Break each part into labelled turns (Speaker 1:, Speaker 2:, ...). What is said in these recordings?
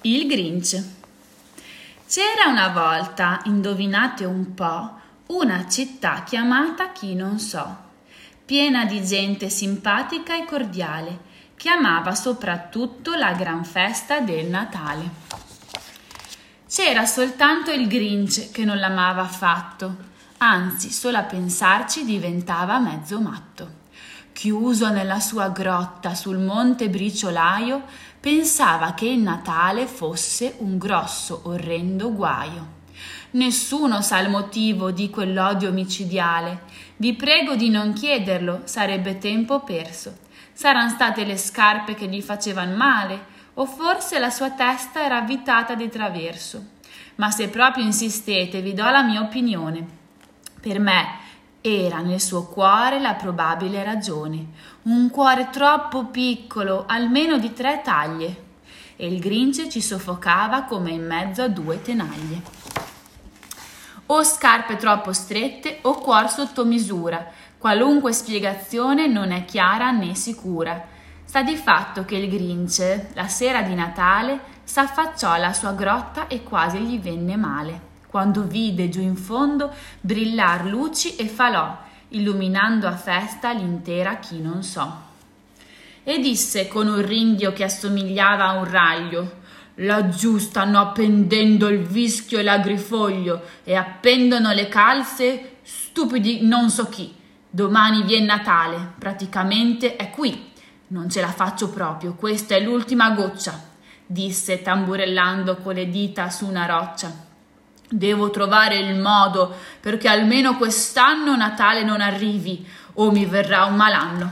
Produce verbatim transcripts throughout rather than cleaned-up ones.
Speaker 1: Il Grinch. C'era una volta, indovinate un po', una città chiamata Chi non so, piena di gente simpatica e cordiale, che amava soprattutto la gran festa del Natale. C'era soltanto il Grinch che non l'amava affatto, anzi, solo a pensarci diventava mezzo matto. Chiuso nella sua grotta sul monte Briciolaio, pensava che il Natale fosse un grosso, orrendo guaio. Nessuno sa il motivo di quell'odio micidiale. Vi prego di non chiederlo, sarebbe tempo perso. Saran state le scarpe che gli facevano male, o forse la sua testa era avvitata di traverso. Ma se proprio insistete, vi do la mia opinione. Per me era nel suo cuore la probabile ragione, un cuore troppo piccolo, almeno di tre taglie, e il Grinch ci soffocava come in mezzo a due tenaglie. O scarpe troppo strette o cuor sotto misura, qualunque spiegazione non è chiara né sicura. Sta di fatto che il Grinch, la sera di Natale, s'affacciò alla sua grotta e quasi gli venne male, quando vide giù in fondo brillar luci e falò, illuminando a festa l'intera Chi non so. E disse con un ringhio che assomigliava a un raglio: «Laggiù stanno appendendo il vischio e l'agrifoglio e appendono le calze, stupidi non so chi. Domani vien Natale, praticamente è qui. Non ce la faccio proprio, questa è l'ultima goccia», disse tamburellando con le dita su una roccia. «Devo trovare il modo perché almeno quest'anno Natale non arrivi o mi verrà un malanno».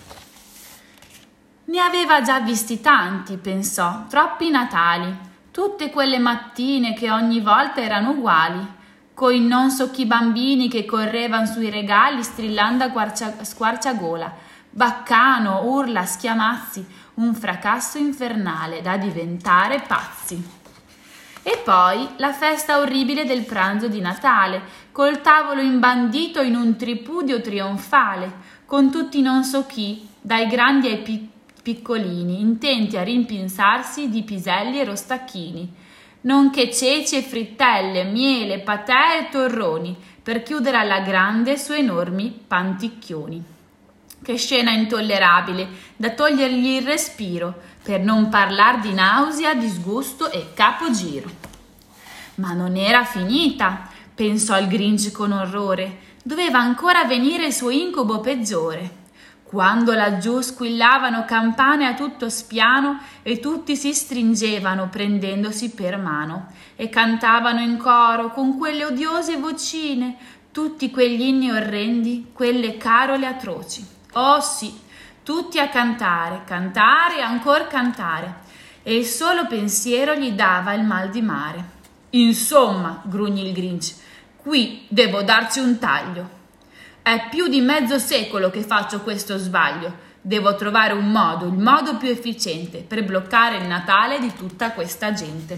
Speaker 1: Ne aveva già visti tanti, pensò, troppi Natali, tutte quelle mattine che ogni volta erano uguali, coi non so chi bambini che correvan sui regali strillando a squarciagola, baccano, urla, schiamazzi, un fracasso infernale da diventare pazzi. E poi la festa orribile del pranzo di Natale, col tavolo imbandito in un tripudio trionfale, con tutti non so chi, dai grandi ai piccoli, piccolini, intenti a rimpinsarsi di piselli e rostacchini, nonché ceci e frittelle, miele, patè e torroni, per chiudere alla grande su enormi panticchioni. Che scena intollerabile, da togliergli il respiro, per non parlar di nausea, disgusto e capogiro. Ma non era finita, pensò il Grinch con orrore, doveva ancora venire il suo incubo peggiore. Quando laggiù squillavano campane a tutto spiano e tutti si stringevano prendendosi per mano e cantavano in coro con quelle odiose vocine tutti quegli inni orrendi, quelle carole atroci. Oh sì, tutti a cantare, cantare e ancor cantare, e il solo pensiero gli dava il mal di mare. «Insomma», grugnì il Grinch, «qui devo darci un taglio. È più di mezzo secolo che faccio questo sbaglio. Devo trovare un modo, il modo più efficiente, per bloccare il Natale di tutta questa gente».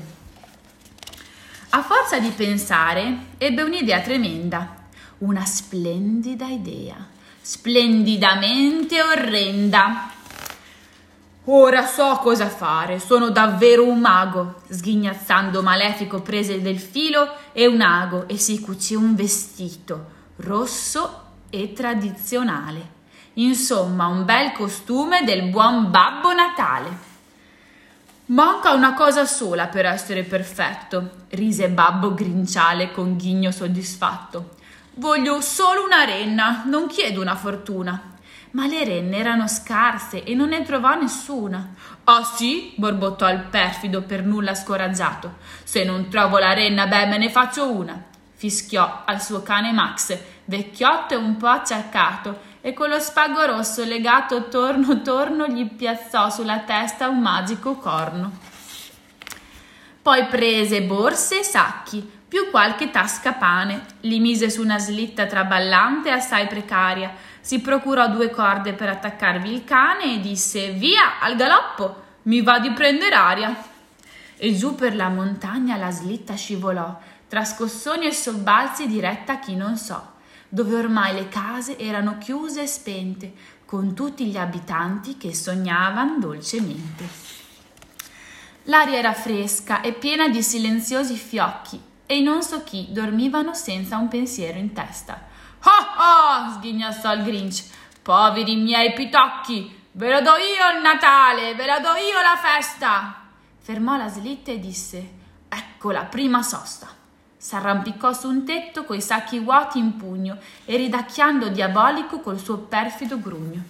Speaker 1: A forza di pensare, ebbe un'idea tremenda. Una splendida idea, splendidamente orrenda. «Ora so cosa fare, sono davvero un mago», sghignazzando malefico prese del filo e un ago e si cucì un vestito rosso e tradizionale. Insomma, un bel costume del buon Babbo Natale. «Manca una cosa sola per essere perfetto», rise Babbo Grinciale con ghigno soddisfatto. «Voglio solo una renna, non chiedo una fortuna». Ma le renne erano scarse e non ne trovò nessuna. «Ah sì?» borbottò il perfido per nulla scoraggiato. «Se non trovo la renna, beh, me ne faccio una», fischiò al suo cane Max, vecchiotto e un po' acciaccato, e con lo spago rosso legato torno torno gli piazzò sulla testa un magico corno. Poi prese borse e sacchi, più qualche tasca pane, li mise su una slitta traballante assai precaria, si procurò due corde per attaccarvi il cane e disse: «Via, al galoppo, mi va di prendere aria». E giù per la montagna la slitta scivolò, tra scossoni e sobbalzi diretta a Chi non so, dove ormai le case erano chiuse e spente, con tutti gli abitanti che sognavan dolcemente. L'aria era fresca e piena di silenziosi fiocchi e i non so chi dormivano senza un pensiero in testa. «Oh oh!» sghignazzò il Grinch. «Poveri miei pitocchi! Ve lo do io il Natale! Ve lo do io la festa!» Fermò la slitta e disse: «Ecco la prima sosta!» S'arrampicò su un tetto coi sacchi vuoti in pugno e ridacchiando diabolico col suo perfido grugno.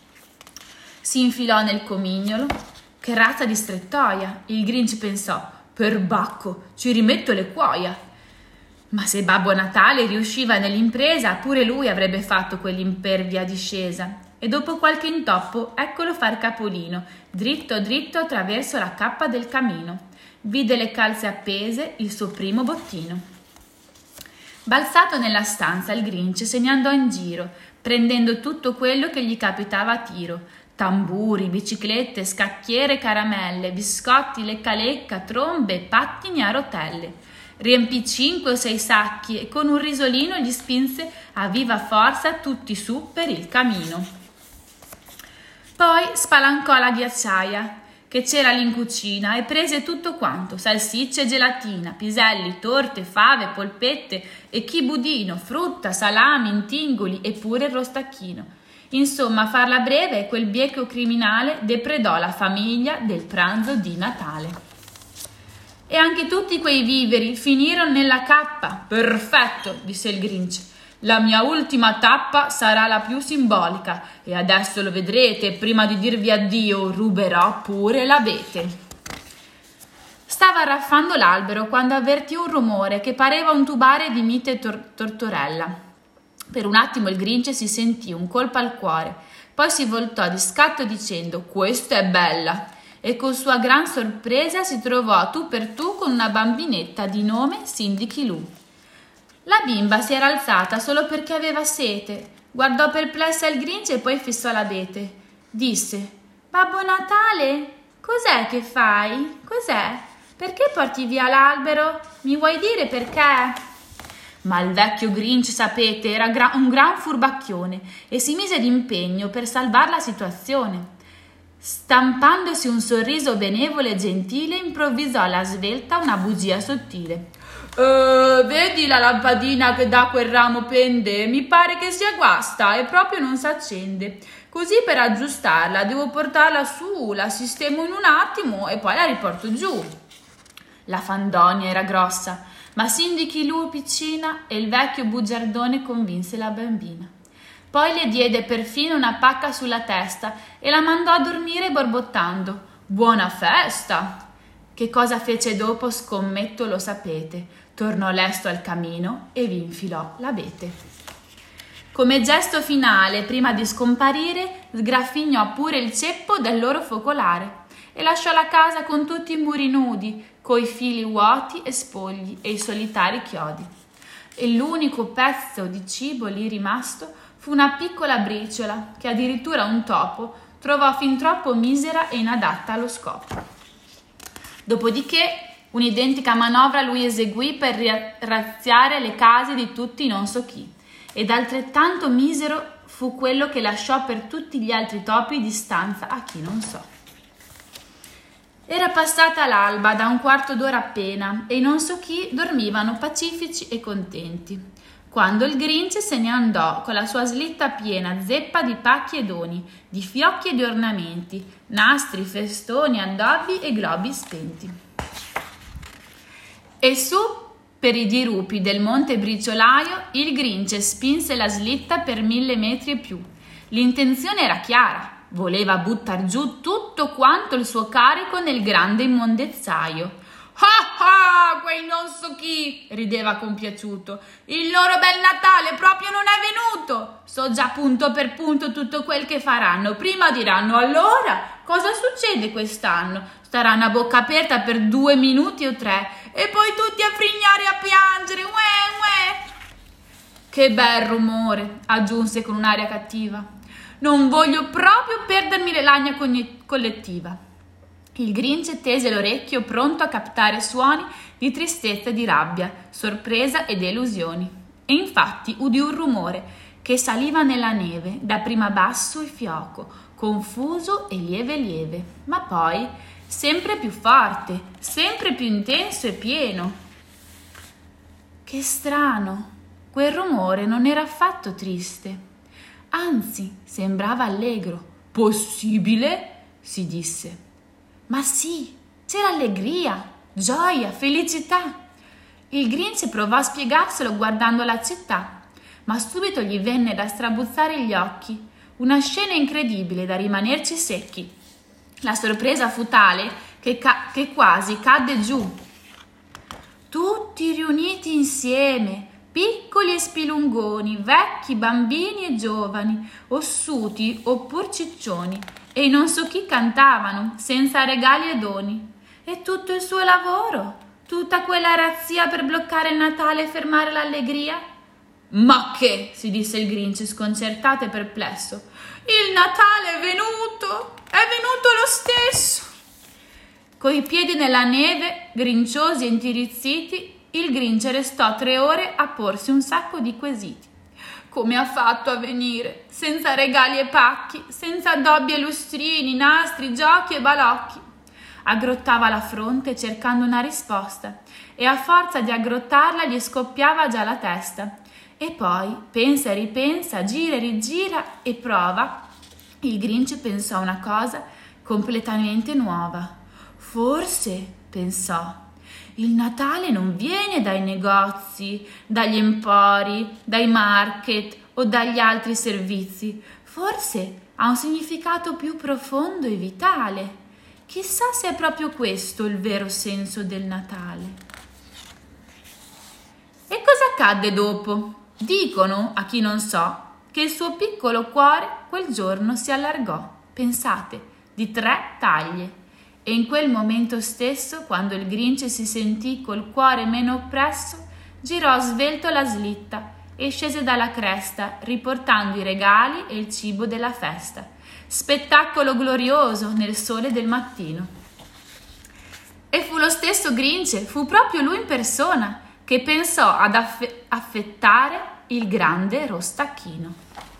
Speaker 1: Si infilò nel comignolo. Che razza di strettoia! Il Grinch pensò: «Perbacco, ci rimetto le cuoia!» Ma se Babbo Natale riusciva nell'impresa, pure lui avrebbe fatto quell'impervia discesa. E dopo qualche intoppo, eccolo far capolino, dritto dritto attraverso la cappa del camino. Vide le calze appese, il suo primo bottino. Balzato nella stanza, il Grinch se ne andò in giro, prendendo tutto quello che gli capitava a tiro. Tamburi, biciclette, scacchiere, caramelle, biscotti, lecca-lecca, trombe, pattini a rotelle. Riempì cinque o sei sacchi e con un risolino gli spinse a viva forza tutti su per il camino. Poi spalancò la ghiacciaia che c'era lì in cucina e prese tutto quanto: salsicce e gelatina, piselli, torte, fave, polpette e chi budino, frutta, salami, intingoli e pure il rostacchino. Insomma, a farla breve, quel bieco criminale depredò la famiglia del pranzo di Natale. E anche tutti quei viveri finirono nella cappa. «Perfetto», disse il Grinch. «La mia ultima tappa sarà la più simbolica e adesso lo vedrete, prima di dirvi addio ruberò pure l'abete». Stava arraffando l'albero quando avvertì un rumore che pareva un tubare di mite e tor- tortorella. Per un attimo il Grinch si sentì un colpo al cuore, poi si voltò di scatto dicendo: «Questa è bella!» e con sua gran sorpresa si trovò a tu per tu con una bambinetta di nome Cindy Lou. La bimba si era alzata solo perché aveva sete, guardò perplessa il Grinch e poi fissò l'abete. Disse: «Babbo Natale, cos'è che fai? Cos'è? Perché porti via l'albero? Mi vuoi dire perché?» Ma il vecchio Grinch, sapete, era gra- un gran furbacchione e si mise d'impegno per salvar la situazione. Stampandosi un sorriso benevolo e gentile, improvvisò alla svelta una bugia sottile. «Eh, vedi la lampadina che da quel ramo pende? Mi pare che sia guasta e proprio non s'accende. Così per aggiustarla devo portarla su, la sistemo in un attimo e poi la riporto giù». La fandonia era grossa, ma Cindy Lou piccina e il vecchio bugiardone convinse la bambina. Poi le diede perfino una pacca sulla testa e la mandò a dormire borbottando: «Buona festa!» Che cosa fece dopo, scommetto lo sapete. Tornò lesto al camino e vi infilò l'abete. Come gesto finale, prima di scomparire, sgraffignò pure il ceppo del loro focolare e lasciò la casa con tutti i muri nudi, coi fili vuoti e spogli e i solitari chiodi. E l'unico pezzo di cibo lì rimasto fu una piccola briciola che addirittura un topo trovò fin troppo misera e inadatta allo scopo. Dopodiché un'identica manovra lui eseguì per razziare le case di tutti non so chi, ed altrettanto misero fu quello che lasciò per tutti gli altri topi di stanza a chi non so. Era passata l'alba da un quarto d'ora appena e i non so chi dormivano pacifici e contenti, quando il Grinch se ne andò con la sua slitta piena zeppa di pacchi e doni, di fiocchi e di ornamenti, nastri, festoni, addobbi e globi spenti. E su per i dirupi del Monte Briciolaio il Grinch spinse la slitta per mille metri e più. L'intenzione era chiara, voleva buttar giù tutto quanto il suo carico nel grande immondezzaio. «Ah ah, quei non so chi!» rideva compiaciuto. «Il loro bel Natale proprio non è venuto! So già punto per punto tutto quel che faranno. Prima diranno: allora, cosa succede quest'anno? Staranno a bocca aperta per due minuti o tre e poi tutti a frignare e a piangere. Uè, uè!» «Che bel rumore!» aggiunse con un'aria cattiva. «Non voglio proprio perdermi le lagna collettiva». Il Grinch tese l'orecchio pronto a captare suoni di tristezza e di rabbia, sorpresa e delusioni. E infatti udì un rumore che saliva nella neve, dapprima basso e fioco, confuso e lieve lieve, ma poi sempre più forte, sempre più intenso e pieno. Che strano, quel rumore non era affatto triste, anzi sembrava allegro. Possibile? Si disse. Ma sì, c'era allegria, gioia, felicità. Il Grinch provò a spiegarselo guardando la città, ma subito gli venne da strabuzzare gli occhi, una scena incredibile da rimanerci secchi. La sorpresa fu tale che, ca- che quasi cadde giù. Tutti riuniti insieme, piccoli e spilungoni, vecchi, bambini e giovani, ossuti oppur ciccioni, e non so chi cantavano, senza regali e doni. E tutto il suo lavoro, tutta quella razzia per bloccare il Natale e fermare l'allegria? Ma che, si disse il Grinch sconcertato e perplesso, il Natale è venuto, è venuto lo stesso. Coi piedi nella neve, grinciosi e intirizziti, il Grinch restò tre ore a porsi un sacco di quesiti. Come ha fatto a venire, senza regali e pacchi, senza addobbi e lustrini, nastri, giochi e balocchi? Aggrottava la fronte cercando una risposta e a forza di aggrottarla gli scoppiava già la testa. E poi pensa e ripensa, gira e rigira e prova. Il Grinch pensò una cosa completamente nuova. Forse, pensò, il Natale non viene dai negozi, dagli empori, dai market o dagli altri servizi. Forse ha un significato più profondo e vitale. Chissà se è proprio questo il vero senso del Natale. E cosa accadde dopo? Dicono, a chi non so, che il suo piccolo cuore quel giorno si allargò, pensate, di tre taglie. E in quel momento stesso, quando il Grinch si sentì col cuore meno oppresso, girò svelto la slitta e scese dalla cresta, riportando i regali e il cibo della festa. Spettacolo glorioso nel sole del mattino. E fu lo stesso Grinch, fu proprio lui in persona, che pensò ad aff- affettare il grande Rostacchino.